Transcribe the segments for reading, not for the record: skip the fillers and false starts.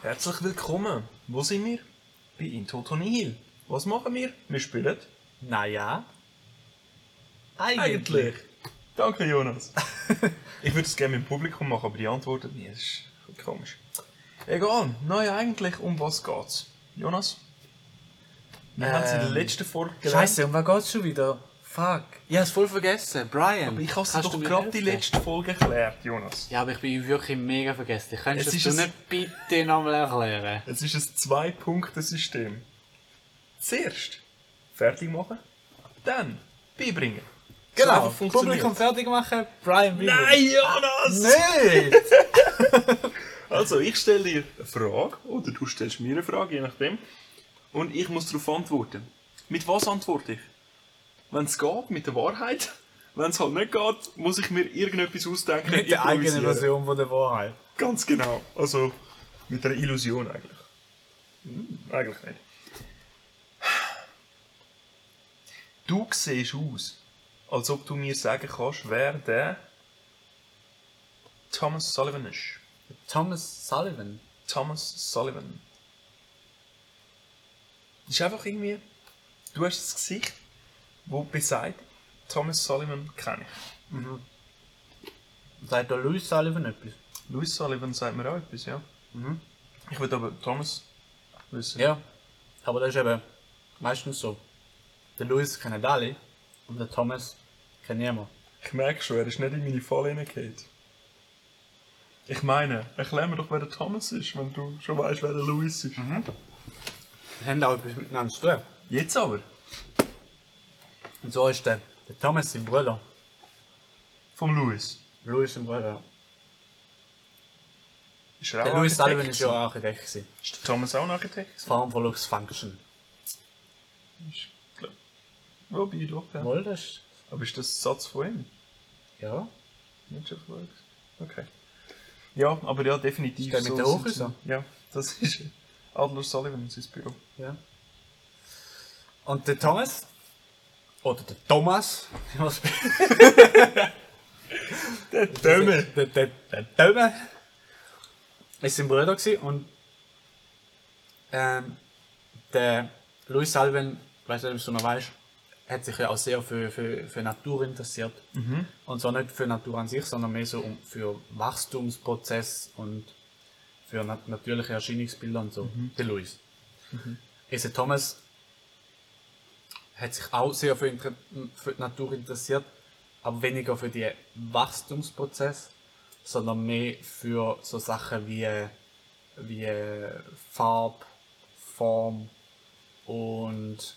Herzlich willkommen. Wo sind wir? Bei Into Tony Hill. Was machen wir? Wir spielen. Naja. Eigentlich. Danke, Jonas. Ich würde es gerne mit dem Publikum machen, aber die antworten nie. Das ist ein bisschen komisch. Egal. Naja, eigentlich, um was geht's? Jonas? Wir haben es in der letzten Folge gelernt. Scheiße, um was geht's schon wieder? Fuck. Ich hab's voll vergessen. Brian. Aber ich habe es kannst doch du mir gerade die helfen? letzte Folge erklärt, Jonas. Ja, aber ich bin wirklich mega vergessen. Könntest Es du ist das nicht bitte nochmal erklären? Es ist ein 2-Punkte-System. Zuerst fertig machen, dann beibringen. So Genau. einfach funktioniert. Publikum fertig machen, Brian Bieber. Nein, Jonas! Nicht! Also, ich stelle dir eine Frage, oder du stellst mir eine Frage, je nachdem. Und ich muss darauf antworten. Mit was antworte ich? Wenn es geht, mit der Wahrheit. Wenn es halt nicht geht, muss ich mir irgendetwas ausdenken. Mit der eigenen improvisieren. Version von der Wahrheit. Ganz genau. Also, mit einer Illusion eigentlich. Eigentlich nicht. Du siehst aus, als ob du mir sagen kannst, wer der Thomas Sullivan ist. Thomas Sullivan. Thomas Sullivan. Das ist einfach irgendwie... Du hast das Gesicht, das besagt, Thomas Sullivan kenne ich. Sagt der Louis Sullivan etwas? Louis Sullivan sagt mir auch etwas, ja. Ich würde aber Thomas wissen. Ja. Aber das ist eben meistens so. Der Louis kennt alle und der Thomas kennt niemand. Ich merke schon, er ist nicht in meine Falle hineingehauen. Ich meine, erklär mir doch, wer der Thomas ist, wenn du schon weißt, wer der Louis ist. Die haben auch etwas miteinander zu tun. Jetzt aber. Und so ist der Thomas sein Bruder. Vom Louis. Louis sein Bruder. Ist er Der auch Louis Sullivan Architekt? war ja auch Architekt gewesen. Ist der Thomas auch ein Architekt? Farm for Lux Function. Ich glaub. Wobei doch, ja. Wohl, das ist... Aber ist das ein Satz von ihm? Ja. Wirtschaftswerk. Okay. Ja, aber ja, definitiv. Ist der mit der Hochhäuser? Ja, das ist Adler Sullivan, sein Büro. Ja. Und der Thomas, oder der Thomas, was Der Döme! der Thomas, ist sein Bruder gewesen und der Louis Sullivan, ich weiß nicht, ob du noch weißt, hat sich ja auch sehr für Natur interessiert. Und zwar nicht für Natur an sich, sondern mehr so für Wachstumsprozess und für natürliche Erscheinungsbilder und so. Der Louis. Der Thomas hat sich auch sehr für die Natur interessiert, aber weniger für den Wachstumsprozess, sondern mehr für so Sachen wie Farbe, Form und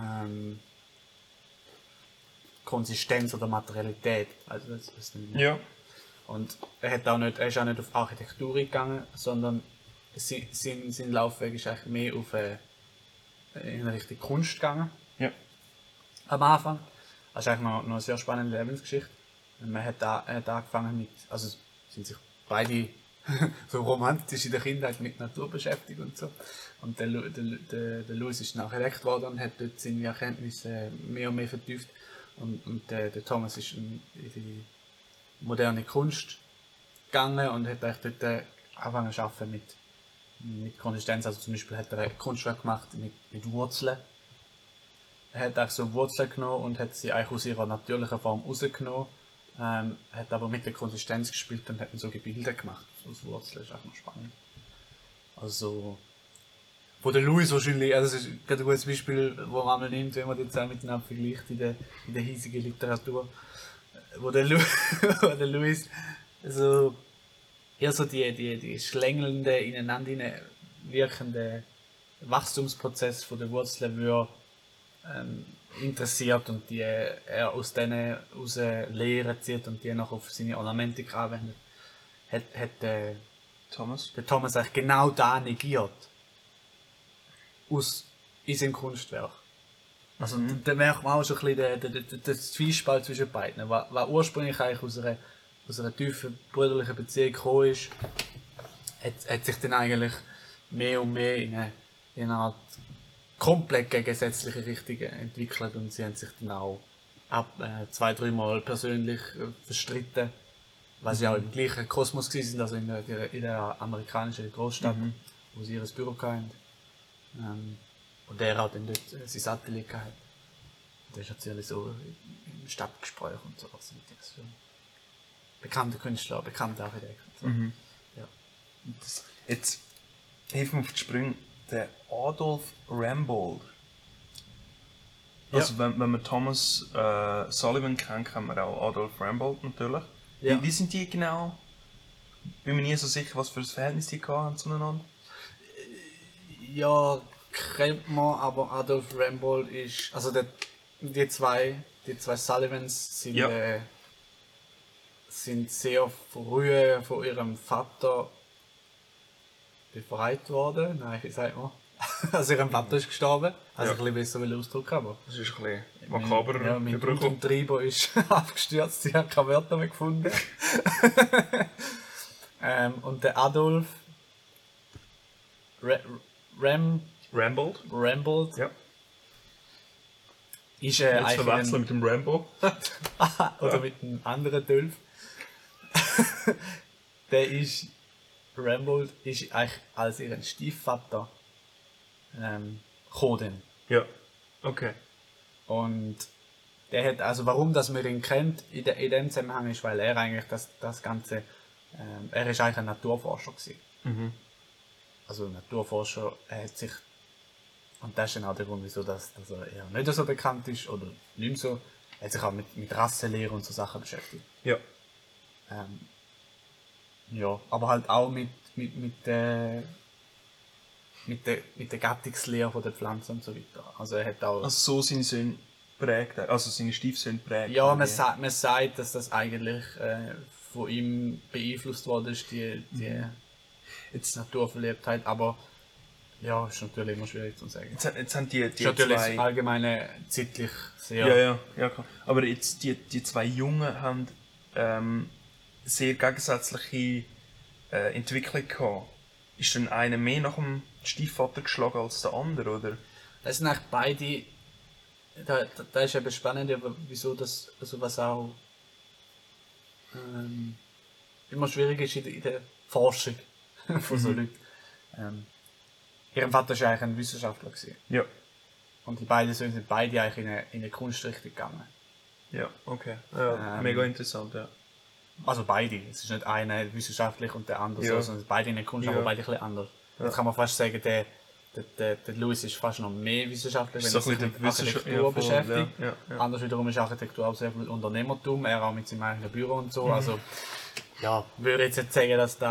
Konsistenz oder Materialität. Also das ist nicht mehr. Ja. Und er ist auch nicht auf Architektur gegangen, sondern sein Laufweg ist eigentlich mehr in Richtung Kunst gegangen. Ja. Am Anfang. Das ist eigentlich noch eine sehr spannende Lebensgeschichte. Man hat angefangen mit, also sind sich beide so romantisch in der Kindheit mit Natur beschäftigt und so. Und der Louis ist dann Architekt geworden und hat dort seine Erkenntnisse mehr und mehr vertieft. Und der Thomas ist in die moderne Kunst gegangen und hat eigentlich dort angefangen zu arbeiten mit Konsistenz. Also zum Beispiel hat er ein Kunstwerk gemacht mit Wurzeln. Er hat auch so Wurzeln genommen und hat sie eigentlich aus ihrer natürlichen Form rausgenommen. Hat aber mit der Konsistenz gespielt und hat so Gebilde gemacht aus Wurzeln. Das ist auch noch spannend. Also, wo der Louis wahrscheinlich, also das ist gerade ein gutes Beispiel, wo man einmal nimmt, wenn man die zwei miteinander vergleicht in der hiesigen Literatur. Wo der Louis so eher so die schlängelnde, ineinander wirkende Wachstumsprozess von der Wurzeln würde interessiert und die er aus denen raus Lehren zieht und die noch auf seine Ornamentik anwendet, hat der Thomas eigentlich genau da negiert. In seinem Kunstwerk. Also da merkt man auch schon ein bisschen den Zwiespalt zwischen beiden. Was ursprünglich eigentlich aus einer tiefen brüderlichen Beziehung gekommen ist, hat sich dann eigentlich mehr und mehr in eine Art komplett gegensätzliche Richtung entwickelt und sie haben sich dann auch 2-3 Mal persönlich verstritten, weil sie auch im gleichen Kosmos waren, also in der amerikanischen Großstadt. wo sie ihr Büro hatten. Und er hat dann dort sein Atelier gehabt. Das ist natürlich so im Stadtgespräch und so. Also das ist schon bekannter Künstler, bekannter Architekt. So. Ja. Jetzt hilf mir auf die Sprünge. Der Adolf Rambold. Also wenn man Thomas Sullivan kennt, kennt man auch Adolf Rambold natürlich. Ja. Wie sind die genau? Bin mir nie so sicher, was für ein Verhältnis die haben zueinander. Ja, kennt man, aber Adolf Rambold ist. Also die zwei Sullivans sind, Ja. sind sehr früh von ihrem Vater befreit worden. Nein, wie sagt man? Also ihr Vater ist gestorben. Also Ja. ein bisschen besser ausdrücken, aber. Das ist ein bisschen makaber. Ja, mein Treiber ist abgestürzt, ich habe keine Wörter mehr gefunden. Und der Adolf Rambold. Rambold Ja. ist Jetzt eigentlich verwechseln mit dem Rambo. oder mit einem anderen Dolph. Der ist Rambold ist eigentlich als ihren Stiefvater gekommen. Ja. Okay. Und der hat, also warum dass man ihn kennt in dem Zusammenhang ist, weil er eigentlich das Ganze, er ist eigentlich ein Naturforscher gewesen. Also ein Naturforscher, er hat sich, und das ist dann auch der Grund, wieso dass er eher nicht so bekannt ist, oder nicht mehr so, er hat sich auch mit Rassenlehre und so Sachen beschäftigt. Ja. Ja, aber halt auch mit der Gattungslehre von der Pflanzen und so weiter. Also er hat auch... Also so seine Söhne prägt, also seine Stiefsöhne prägt. Ja, man sagt, dass das eigentlich von ihm beeinflusst worden ist, die Jetzt, Naturverliebtheit, aber ja, ist natürlich immer schwierig zu sagen. jetzt haben die Ist natürlich zwei... allgemein zeitlich sehr... Ja, klar. Aber jetzt die zwei Jungen haben sehr gegensätzliche Entwicklung gehabt. Ist dann einer mehr nach dem Stiefvater geschlagen als der andere, oder? Das sind eigentlich beide... Da ist eben spannend, wieso das, also was auch immer schwierig ist in der Forschung von so Leuten. Ihr Vater war eigentlich ein Wissenschaftler gewesen. Ja. Und die beiden Söhne sind beide eigentlich in eine Kunstrichtung gegangen. Ja, okay. Ja, mega interessant, ja. Also beide. Es ist nicht einer wissenschaftlich und der andere so, sondern beide in der Kunst, Ja. aber beide ein bisschen anders. Jetzt kann man fast sagen, der Louis ist fast noch mehr wissenschaftlich, wenn er sich mit Architektur beschäftigt. Ja. Anders wiederum ist Architektur auch sehr viel Unternehmertum, er auch mit seinem eigenen Büro und so. Also, ja, würde jetzt nicht sagen, dass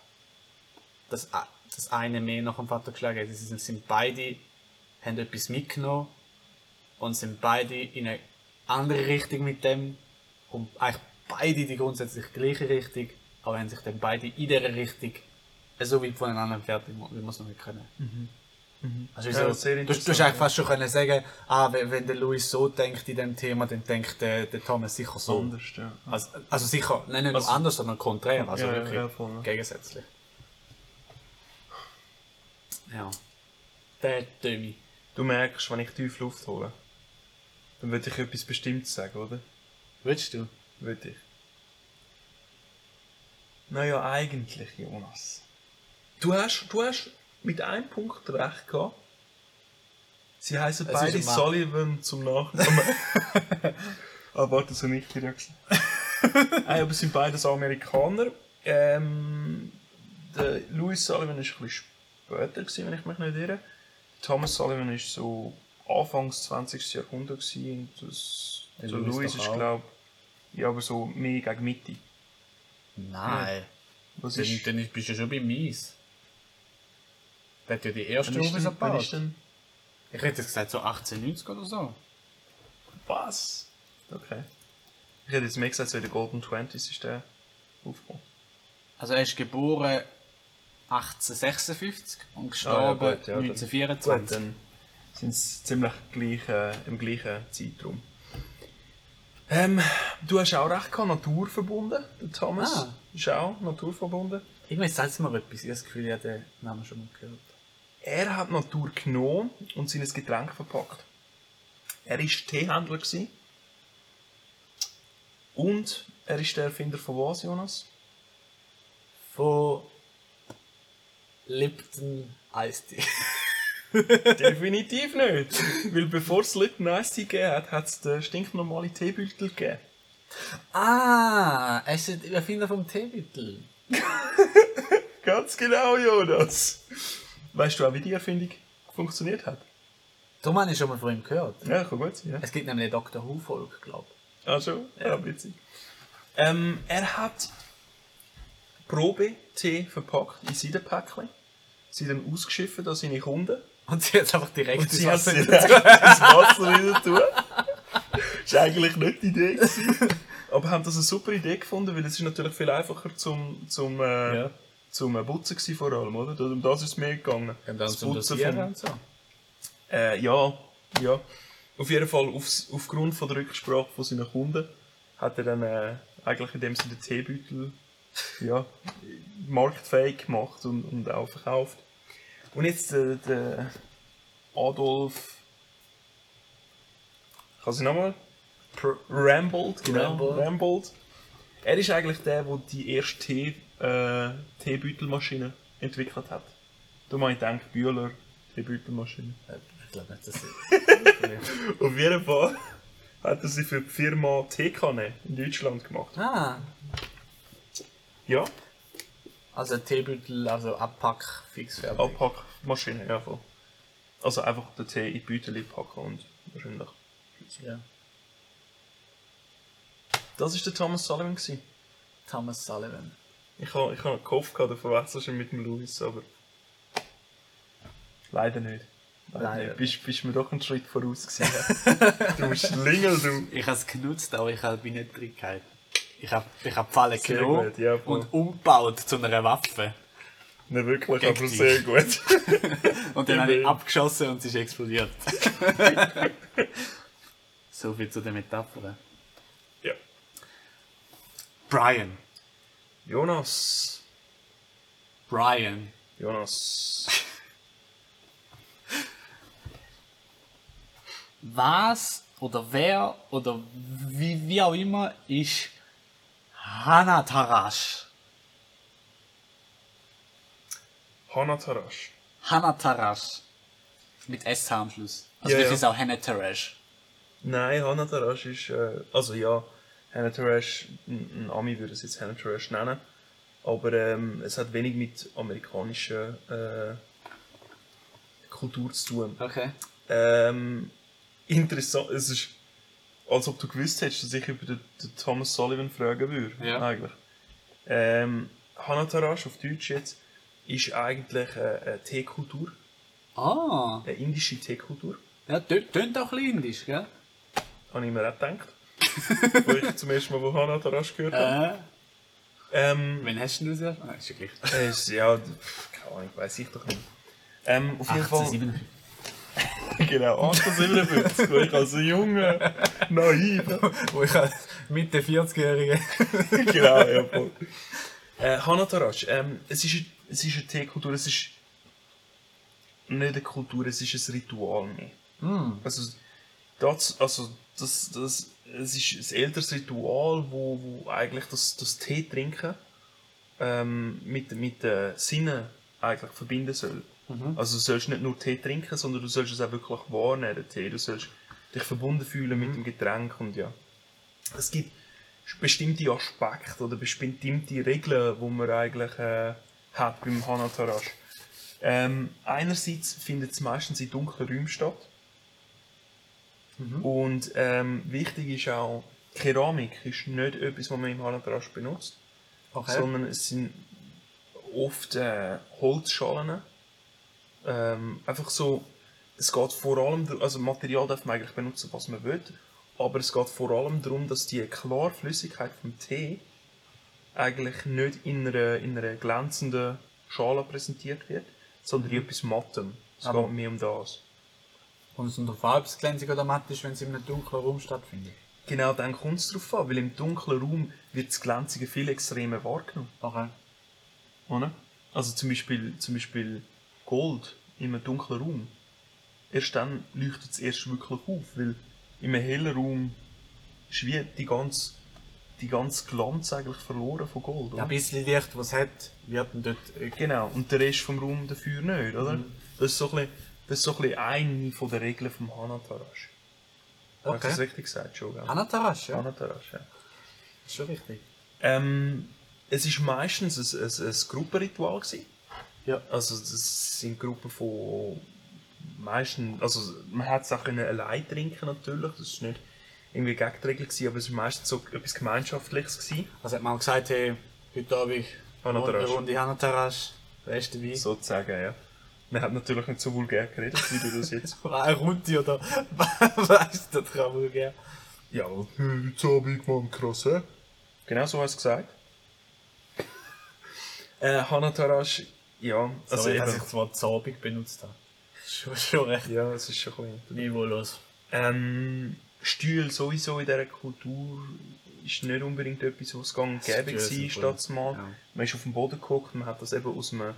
das eine mehr nach dem Vater geschlagen hat. Sie sind beide, haben etwas mitgenommen und sind beide in eine andere Richtung mit dem und eigentlich beide die grundsätzlich gleiche Richtung, aber haben sich dann beide in dieser Richtung so weit voneinander entfernt, wie man es noch nicht können. Also Ja, so, sehr du hast eigentlich fast schon können sagen, wenn der Louis so denkt in dem Thema, dann denkt der Thomas sicher so. Anders, ja. Also sicher, nicht nur anders, sondern konträr, also Ja, wirklich ja, voll, ja. gegensätzlich. Ja. Der Tömi. Du merkst, wenn ich tief Luft hole, dann würde ich etwas Bestimmtes sagen, oder? Willst du? Würde ich. Naja, eigentlich, Jonas. Du hast mit einem Punkt recht gehabt. Sie heißen Es beide ist ein Mann. Sullivan zum Nachnamen. Ah, warte, so nicht direkt. Aber es sind beides Amerikaner. Der Louis Sullivan war ein bisschen später, wenn ich mich nicht irre. Thomas Sullivan war so Anfangs 20. Jahrhundert. Und Der so Louis Louis doch ist, auch. glaube ich, ja, aber so mehr gegen Mitte. Nein. Was Dann bist du schon bei Mies. Der hat ja die erste Uhr wann ist gebaut. denn? Ich hätte jetzt gesagt so 1890 oder so. Was? Okay. Ich hätte jetzt mehr gesagt, so in den Golden Twenties ist der aufgebaut. Also er ist geboren 1856 und gestorben gut, ja, 1924. Gut, dann sind es ziemlich im gleichen Zeitraum. Du hast auch recht gehabt, naturverbunden. Der Thomas ist auch naturverbunden. Irgendwie sagt es mir etwas. Ich habe das Gefühl, ich habe den Namen schon mal gehört. Er hat Natur genommen und sie in ein Getränk verpackt. Er war Teehändler gewesen. Und er ist der Erfinder von was, Jonas? Von Lipton Eistee. Definitiv nicht. Weil bevor es Lipton Ice Tea gegeben hat, hat es den stinknormalen Teebeutel gegeben. Ah, er ist der Erfinder vom Teebeutel. Ganz genau, Jonas. Weißt du auch, wie die Erfindung funktioniert hat? Darum habe ich schon mal von ihm gehört. Ja, kann gut sein. Ja. Es gibt nämlich eine Dr. Who-Folge, glaube ich. Ah, schon? Ja, witzig. Er hat Probe-Tee verpackt in Seidenpäckchen. Sie dann ausgeschifft an seine Kunden. Und sie hat es einfach direkt Und sie ins hat Wasser es direkt ins Wasser wieder tun. Das war eigentlich nicht die Idee gewesen. Aber haben das eine super Idee gefunden, weil es ist natürlich viel einfacher zum Putzen gewesen vor allem, oder? Um das ist es mehr gegangen. Und dann Das zum Putzen Dosieren von- und so. Ja. Auf jeden Fall, aufgrund von der Rücksprache von seinen Kunden, hat er dann eigentlich in dem Sinne den Teebeutel marktfähig gemacht und auch verkauft. Und jetzt der Adolf... Kann ich nochmal? Rambold, genau. Rambold. Er ist eigentlich der die erste Teebeutelmaschine entwickelt hat. Da habe ich gedacht, Bühler, Teebeutelmaschine. Ich glaube nicht, dass sie... Auf jeden Fall hat er sie für die Firma Teekanne in Deutschland gemacht. Ah, Ja, also Teebeutel, also Abpack, Fixfertig. Abpackmaschine, ja voll. Also einfach den Tee in die Beutel packen und wahrscheinlich. Ja. Das war der Thomas Sullivan gewesen. Thomas Sullivan. Ich habe gehofft, du verwechselst ihn mit dem Louis, aber leider nicht. Leider. Bist mir doch einen Schritt voraus gewesen. Du Schlingel, du. Ich habe es genutzt, aber ich bin nicht drin gehalten. Ich habe die Falle Sehr genommen gut, ja, voll. und umgebaut zu einer Waffe. Nicht wirklich, Gegen aber dich. sehr gut. Und dann habe ich Immerhin. abgeschossen und sie ist explodiert. So viel zu den Metaphern. Ja. Brian. Jonas. Was oder wer oder wie auch immer ist Hana Tarash. Hana Tarash. Hana Tarash. Mit SH am Schluss. Also Ja, wirklich ja. ist auch Hana Tarash. Nein, Hana Tarash ist, Hana Tarash, ein Ami würde es jetzt Hana Tarash nennen, aber es hat wenig mit amerikanischer Kultur zu tun. Okay. Interessant, es ist, als ob du gewusst hättest, dass ich über den Thomas Sullivan fragen würde, Ja. eigentlich. Hana Tarash auf Deutsch jetzt, ist eigentlich eine Teekultur, Ah. eine indische Teekultur. Ja, tönt auch ein bisschen indisch, gell? Habe ich mir auch gedacht. Wo ich zum ersten Mal von Hana Tarash gehört habe. Wen hast du das? Ah, ist ja gleich. Keine Ahnung, weiss ich doch nicht. Auf jeden Fall. 1857. Genau, 1857, wo ich als Junge naiv. Wo ich als Mitte 40-Jährige. Genau, ja, voll. Hana Tarash, es ist eine Teekultur, es ist nicht eine Kultur, es ist ein Ritual mehr. Also, es ist ein älteres Ritual, wo eigentlich das Tee trinken mit den Sinnen eigentlich verbinden soll. Also du sollst nicht nur Tee trinken, sondern du sollst es auch wirklich wahrnehmen, den Tee. Du sollst dich verbunden fühlen mit dem Getränk und ja. Es gibt bestimmte Aspekte oder bestimmte Regeln, die man eigentlich hat beim Hana Tarash. Einerseits findet es meistens in dunklen Räumen statt. Und wichtig ist auch, Keramik ist nicht etwas, was man im Hana Tarash benutzt, sondern es sind oft Holzschalen. Einfach so, es geht vor allem, also Material darf man eigentlich benutzen, was man will, aber es geht vor allem darum, dass die klare Flüssigkeit vom Tee eigentlich nicht in einer glänzenden Schale präsentiert wird, sondern in etwas Mattem. Es geht mehr um das. Und es darauf an, ob es glänzig oder matt ist, wenn es in einem dunklen Raum stattfindet. Genau, dann kommt es darauf an, weil im dunklen Raum wird das Glänzige viel extremer wahrgenommen. Okay. Oder? Also zum Beispiel Gold in einem dunklen Raum. Erst dann leuchtet es erst wirklich auf, weil in einem hellen Raum ist wie die ganze die ganze Glanz eigentlich verloren von Gold, oder? Ja, ein bisschen Licht, was es hat, wird dann dort... Genau, und der Rest vom Raum dafür nicht, oder? Das ist so ein bisschen eine von der Regeln vom Hanatarash. Habe ich das Okay. richtig gesagt, schon, gell? Hanatarash, ja. Hanatarash, ja. Das ist schon richtig. Es war meistens ein Gruppenritual gewesen. Ja. Also das sind Gruppen von meistens, also man hat es auch allein trinken natürlich, das ist nicht irgendwie gegen die Regel gewesen, aber es war meistens so etwas Gemeinschaftliches gewesen. Also hat man auch gesagt, hey, heute Abend Hanatarash. eine Runde Hanatarash, beste Wein. Sozusagen, ja. Man hat natürlich nicht so vulgär geredet, wie du das jetzt. Eine Runde oder weißt du, das kann man gerne. Ja, heute Abend, Mann, krass, hä? Genau so hast du gesagt. Hanatarash, ja, also Sorry, dass ich eben, das Wort Zabig benutzt habe. Schon recht ja, es ist schon ein bisschen... niveaulos. Stühle sowieso in dieser Kultur ist nicht unbedingt etwas, was gang und gäbe Stühle sind war, cool. statt mal. Ja. Man ist auf dem Boden gehockt, man hat das eben aus einem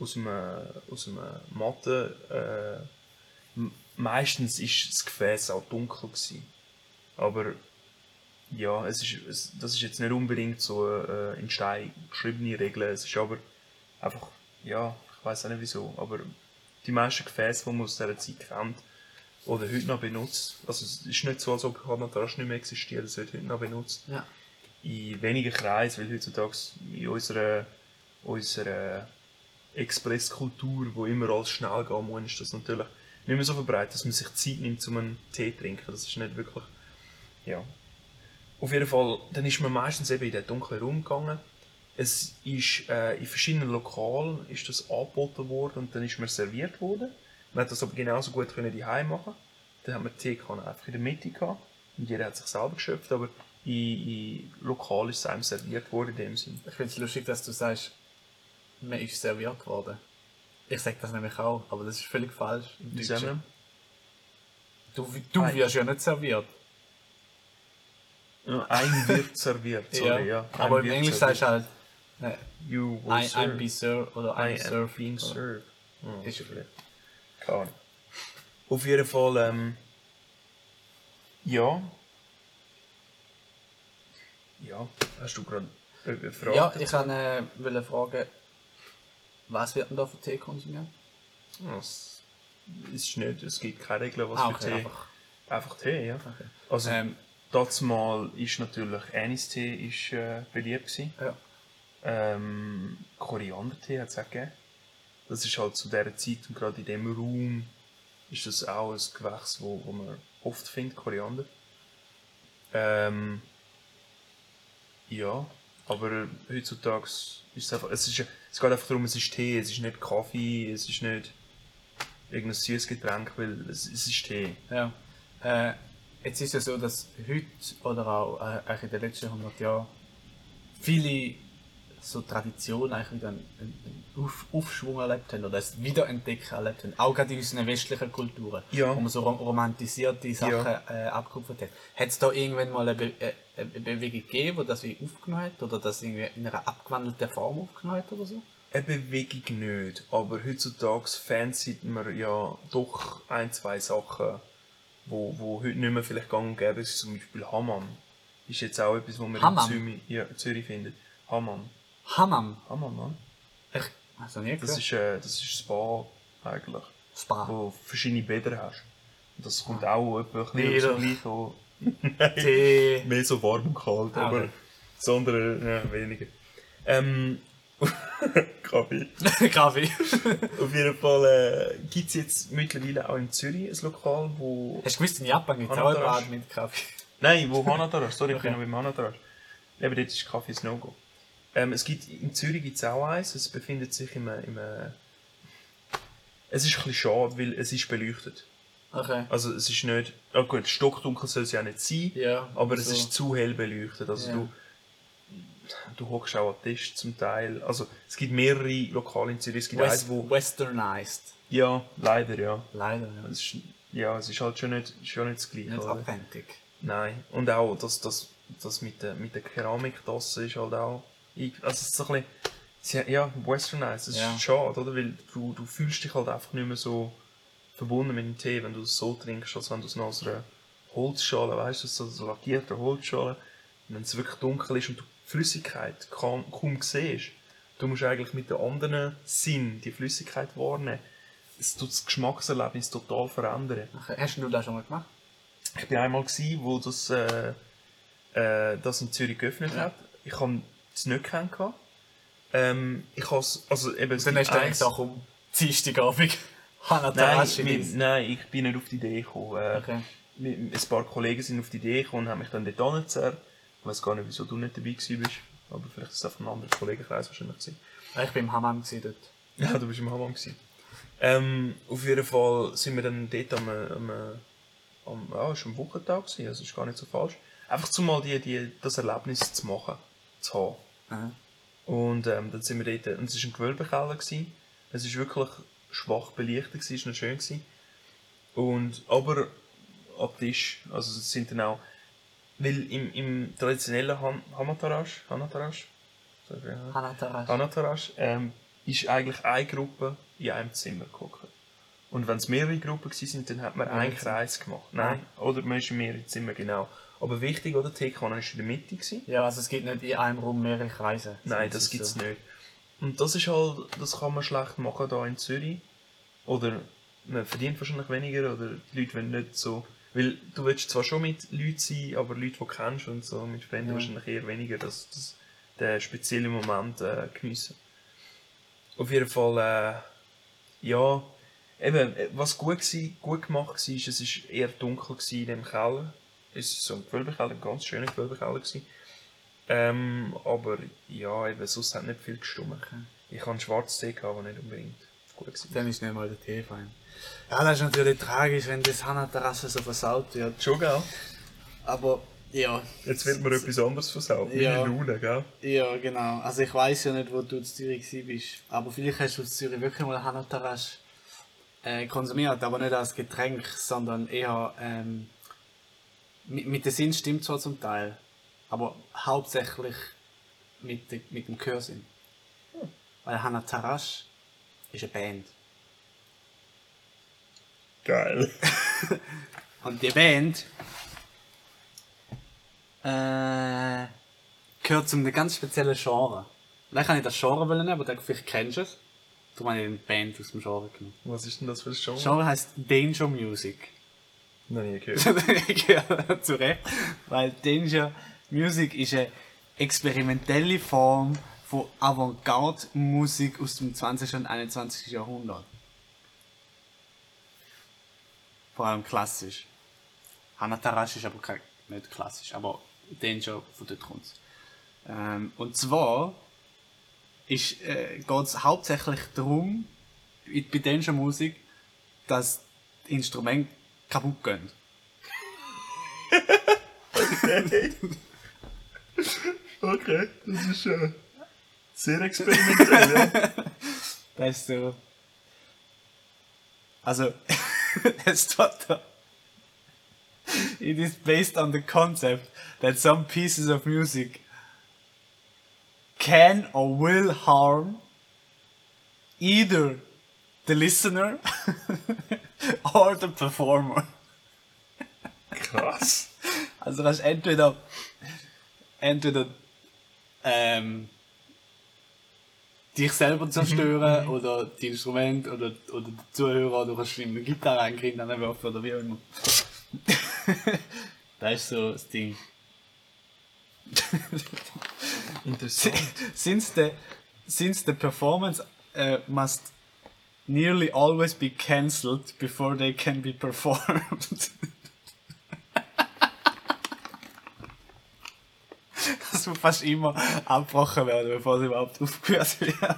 Matte. Meistens war das Gefäß auch dunkel gewesen. Aber ja, das ist jetzt nicht unbedingt so eine in Stein geschriebene Regel. Es ist aber einfach, ja, ich weiß auch nicht wieso, aber die meisten Gefäße, die man aus dieser Zeit kennt, oder heute noch benutzt, also es ist nicht so, als ob Hanatarash nicht mehr existiert, es wird heute noch benutzt. Ja. In wenigen Kreisen, weil heutzutage in unserer Expresskultur, wo immer alles schnell gehen muss, ist das natürlich nicht mehr so verbreitet, dass man sich Zeit nimmt, um einen Tee zu trinken. Das ist nicht wirklich... Ja. Auf jeden Fall, dann ist man meistens eben in den dunklen Raum gegangen. Es ist in verschiedenen Lokalen ist das angeboten worden und dann ist man serviert worden. Man hat das aber genauso gut daheim machen. Dann hat man die Teekanne einfach in der Mitte gehabt und jeder hat sich selber geschöpft, aber in Lokal ist es einem serviert worden in dem Sinn. Ich finde es lustig, dass du sagst, man ist serviert worden. Ich sage das nämlich auch, aber das ist völlig falsch. Im Wie Deutschen. sagen Du wirst ja nicht serviert. wir? Ein wird serviert, sorry, ja. Aber Ein im wird Englisch serviert. sagst du halt, You will I'm serve. be served oder I I'm am served. being oder- served. Oh, Ist okay. okay. Keine Ahnung. Auf jeden Fall, ja. Ja, hast du gerade eine Frage? Ja, dazu? ich wollte fragen, was wird denn da für Tee konsumiert? Es ist nicht, es gibt keine Regeln, was Ah, für okay, Tee. einfach. Einfach Tee, ja. Okay. Also, Ähm, mal ist natürlich Anistee ist, beliebt gewesen. Ja. Koriandertee hat es auch gegeben. Das ist halt zu dieser Zeit und gerade in diesem Raum ist das auch ein Gewächs, wo man oft findet, Koriander. Ja, aber heutzutage ist es einfach, es geht einfach darum, es ist Tee, es ist nicht Kaffee, es ist nicht irgendein süßes Getränk, weil es ist Tee. Ja. Jetzt ist es so, dass heute oder auch eigentlich in den letzten 100 Jahren viele so Traditionen eigentlich wieder einen Aufschwung erlebt haben oder ein Wiederentdecken erlebt haben. Auch gerade in unseren westlichen Kulturen, Ja. wo man so romantisierte Sachen abgekupfert hat. Hat es da irgendwann mal eine Bewegung gegeben, die das wie aufgenommen hat oder das irgendwie in einer abgewandelten Form aufgenommen hat oder so? Eine Bewegung nicht, aber heutzutage fancyt man ja doch ein, zwei Sachen, wo heute nicht mehr vielleicht gang und gäbe ist, zum Beispiel Hammam. Ist jetzt auch etwas, was man Hammam? in Zürich findet. Hammam. Hammam. Hammam, Mann. Ich also nie Das gehört. ist Spa eigentlich, Spa. wo du verschiedene Bäder hast. Und das kommt auch etwa ein bisschen Bäder. zum Gleichen auch. Tee. Mehr so warm und kalt, Ah, aber okay. das andere weniger. Kaffee. Kaffee. Auf jeden Fall gibt es jetzt mittlerweile auch in Zürich ein Lokal, wo... Hast du gewusst, in Japan gibt es auch Hanatarash. ein Bad mit Kaffee? Nein, wo Hanatarash, sorry, ich Okay. bin noch beim Hanatarash. Eben dort ist Kaffee ein No-Go. In Zürich gibt es auch eins, es befindet sich es ist ein bisschen schade, weil es ist beleuchtet. Okay. Also es ist nicht... Ah gut, stockdunkel soll es ja nicht sein, Ja, aber es so. ist zu hell beleuchtet. Also Ja. du hockst auch an Tisch zum Teil. Also es gibt mehrere Lokale in Zürich. Es gibt eins, wo... Westernized. Ja, leider, ja. Leider, ja. Es ist halt schon nicht das Gleiche. Nicht oder? authentic. Nein. Und auch das mit der Keramiktasse ist halt auch... Also es ist so ein bisschen... Ja, westernized. Das Ja. ist schade, oder? Weil du fühlst dich halt einfach nicht mehr so verbunden mit dem Tee, wenn du es so trinkst, als wenn du es noch aus einer Holzschale, weißt du, so lackierter Holzschale wenn es wirklich dunkel ist und du die Flüssigkeit kaum siehst, du musst eigentlich mit den anderen Sinn die Flüssigkeit wahrnehmen. Es tut das Geschmackserlebnis total verändern. Okay. Hast du das schon mal gemacht? Ich war einmal, wo das in Zürich geöffnet hat. Ich habe es nicht kennengelernt. Ich habe also eben... Dann hast du eigentlich auch um Dienstagabend Nein, ich bin nicht auf die Idee gekommen. Okay. Ein paar Kollegen sind auf die Idee gekommen und haben mich dann dort angezerrt. Ich weiß gar nicht, wieso du nicht dabei warst. Aber vielleicht war es einfach ein anderer Kollegenkreis wahrscheinlich. Ich war im Hammam dort. Ja, du warst im Hammam. Auf jeden Fall sind wir dann dort es war am Wochentag, also es ist gar nicht so falsch. Einfach mal das Erlebnis zu machen, zu haben. Aha. Und dann sind wir dort, und es war ein Gewölbekeller. Es war wirklich schwach belichtet, es war noch schön. Aber ab Tisch, also es sind dann auch, weil im traditionellen Hanatarash ist eigentlich eine Gruppe in einem Zimmer geguckt. Und wenn es mehrere Gruppen waren, dann hat man einen Kreis gemacht. Nein, oder man ist in mehrere Zimmer, genau. Aber wichtig, oder? Die Teekanne war in der Mitte. Ja, also es gibt nicht in einem Raum mehrere Kreise. Nein, das gibt es nicht. Und das ist halt, das kann man schlecht machen hier in Zürich. Oder man verdient wahrscheinlich weniger, oder die Leute wollen nicht so... Weil du willst zwar schon mit Leuten sein, aber Leute, die du kennst und so, mit Freunden wahrscheinlich eher weniger, den speziellen Moment geniessen. Auf jeden Fall, ja... Eben, was gut gemacht war, ist, es war eher dunkel in dem Keller. Es war so ein Gewölbekeller, ein ganz schöner Gewölbekeller. Aber ja, eben, sonst hat nicht viel gestimmt. Okay. Ich hatte einen schwarzen Tee, der nicht unbedingt gut war. Dann ist nicht mal der Tee fein. Ja, das ist natürlich tragisch, wenn das Hanatarasse so versaut wird. Schon, gell? Aber, ja. Jetzt wird mir etwas anderes versaut. Ja. Meine Laune, gell? Ja, genau. Also ich weiss ja nicht, wo du in Zürich warst. Aber vielleicht hast du in Zürich wirklich mal Hanatarasse konsumiert, aber nicht als Getränk, sondern eher mit dem Sinn stimmt zwar zum Teil, aber hauptsächlich mit dem Gehörsinn. Weil Hanatarash ist eine Band. Geil. Und die Band gehört zu einem ganz speziellen Genre. Vielleicht kann ich das Genre nehmen, aber vielleicht kennst du es. Darum habe ich eine Band aus dem Genre genommen. Was ist denn das für ein Genre? Das Genre heisst Danger Music. Noch nie gehört. Ja, zu Recht. Weil Danger Music ist eine experimentelle Form von Avantgarde-Musik aus dem 20. und 21. Jahrhundert. Vor allem klassisch. Hanatarash ist aber nicht klassisch, aber Danger von dort kommt. Und zwar geht es hauptsächlich darum, bei Danger Musik, dass die Instrumente kaputt gehen. Okay, das ist sehr experimentell, ja. Das ist so. Also, es steht da. It is based on the concept that some pieces of music can or will harm either the listener or the performer. Krass. Also kannst entweder dich selber zerstören oder die Instrumente oder die Zuhörer, du kannst in eine Gitarre einkriegen, dann werfen oder wie auch immer. Das ist so das Ding. Interessant. Since the performance must nearly always be cancelled before they can be performed. Das muss fast immer abgebrochen werden, bevor sie überhaupt aufgehört wird.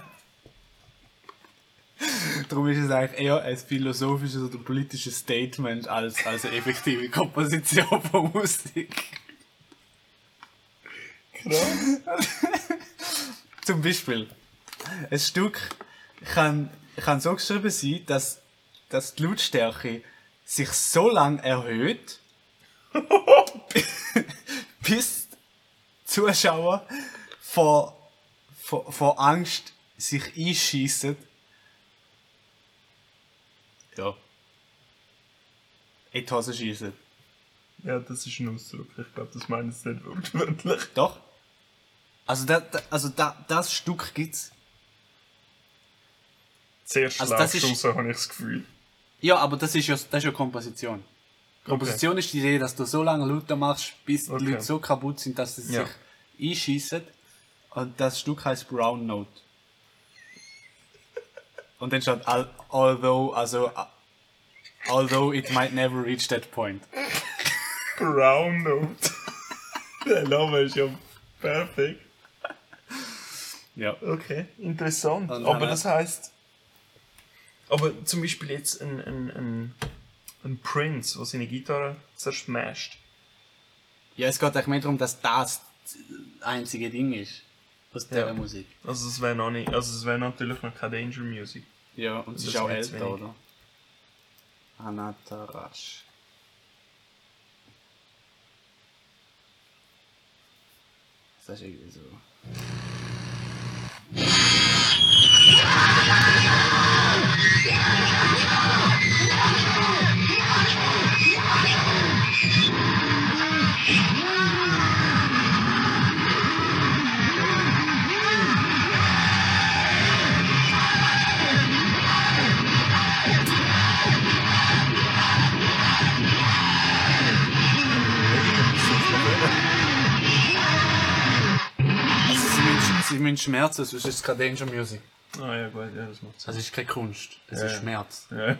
Darum ist es eigentlich eher ein philosophisches oder politisches Statement als eine effektive Komposition von Musik. Krass. Zum Beispiel, ein Stück kann so geschrieben sein, dass die Lautstärke sich so lange erhöht, bis die Zuschauer vor Angst sich einschiessen. Ja. In die Hose schiessen. Ja, das ist ein Ausdruck. Ich glaube, das meint es nicht wortwörtlich. Doch. Also, das Stück gibt's. Zuerst Also läufst das du ist- raus, habe ich das Gefühl. Ja, aber das ist ja Komposition. Komposition ist die Idee, dass du so lange lauter machst, bis die Leute so kaputt sind, dass sie Ja. sich einschiessen. Und das Stück heißt Brown Note. Und dann steht although it might never reach that point. Brown Note. Der Name ist ja perfekt. Ja. Okay, interessant. Und Aber dann- das heisst... Aber zum Beispiel jetzt ein Prince, der seine Gitarre zersmasht. Ja, es geht eigentlich mehr darum, dass das einzige Ding ist aus dieser Ja. Musik. Also es wäre noch nicht... Also es wäre natürlich noch keine Danger Music. Ja, und es Das ist auch wird zu älter, wenig. oder? Anatarash. Das ist irgendwie so. Also sie müssen schmerzen, sonst ist es keine Danger Music. Ah ja gut, ja, das macht Sinn. Das ist keine Kunst, es Ja. ist Schmerz. Ja.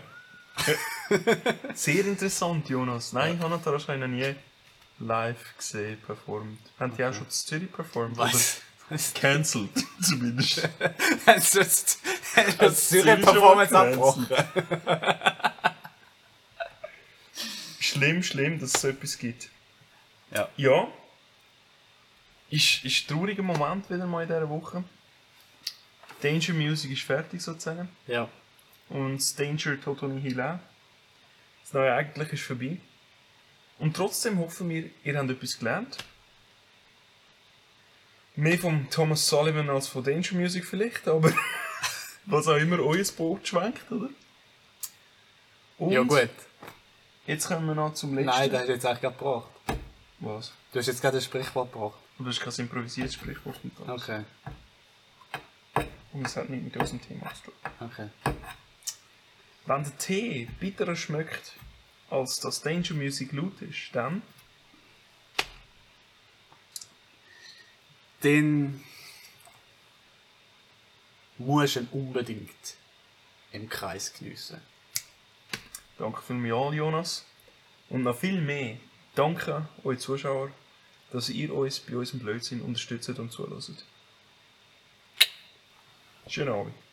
Sehr interessant, Jonas. Nein, ich habe das wahrscheinlich noch nie live gesehen, performt. Haben die auch schon zu Zürich performt? Was? Oder cancelled, zumindest. Hast du jetzt Hast du Zürich schon mal Performance gecancelt? abgebrochen? Schlimm, dass es so etwas gibt. Ja. Ja. Ist ein trauriger Moment wieder mal in dieser Woche. Danger Music ist fertig sozusagen. Ja. Und das Danger Toto Nihil auch. Das neue eigentlich ist vorbei. Und trotzdem hoffen wir, ihr habt etwas gelernt. Mehr von Thomas Sullivan als von Danger Music vielleicht, aber was auch immer euer Boot schwenkt, oder? Und Ja gut. jetzt kommen wir noch zum letzten. Nein, das hast du jetzt eigentlich gerade gebracht. Was? Du hast jetzt gerade ein Sprichwort gebracht. Und das ist kein improvisiertes Sprichwort. Und alles. Okay. Und es hat nicht mit unserem Thema zu tun. Okay. Wenn der Tee bitterer schmeckt, als das Danger Music laut ist, dann... Dann musst du ihn unbedingt im Kreis geniessen. Danke vielmals, Jonas. Und noch viel mehr danke euch Zuschauer, dass ihr uns bei unserem Blödsinn unterstützt und zuhört. Schönen Abend.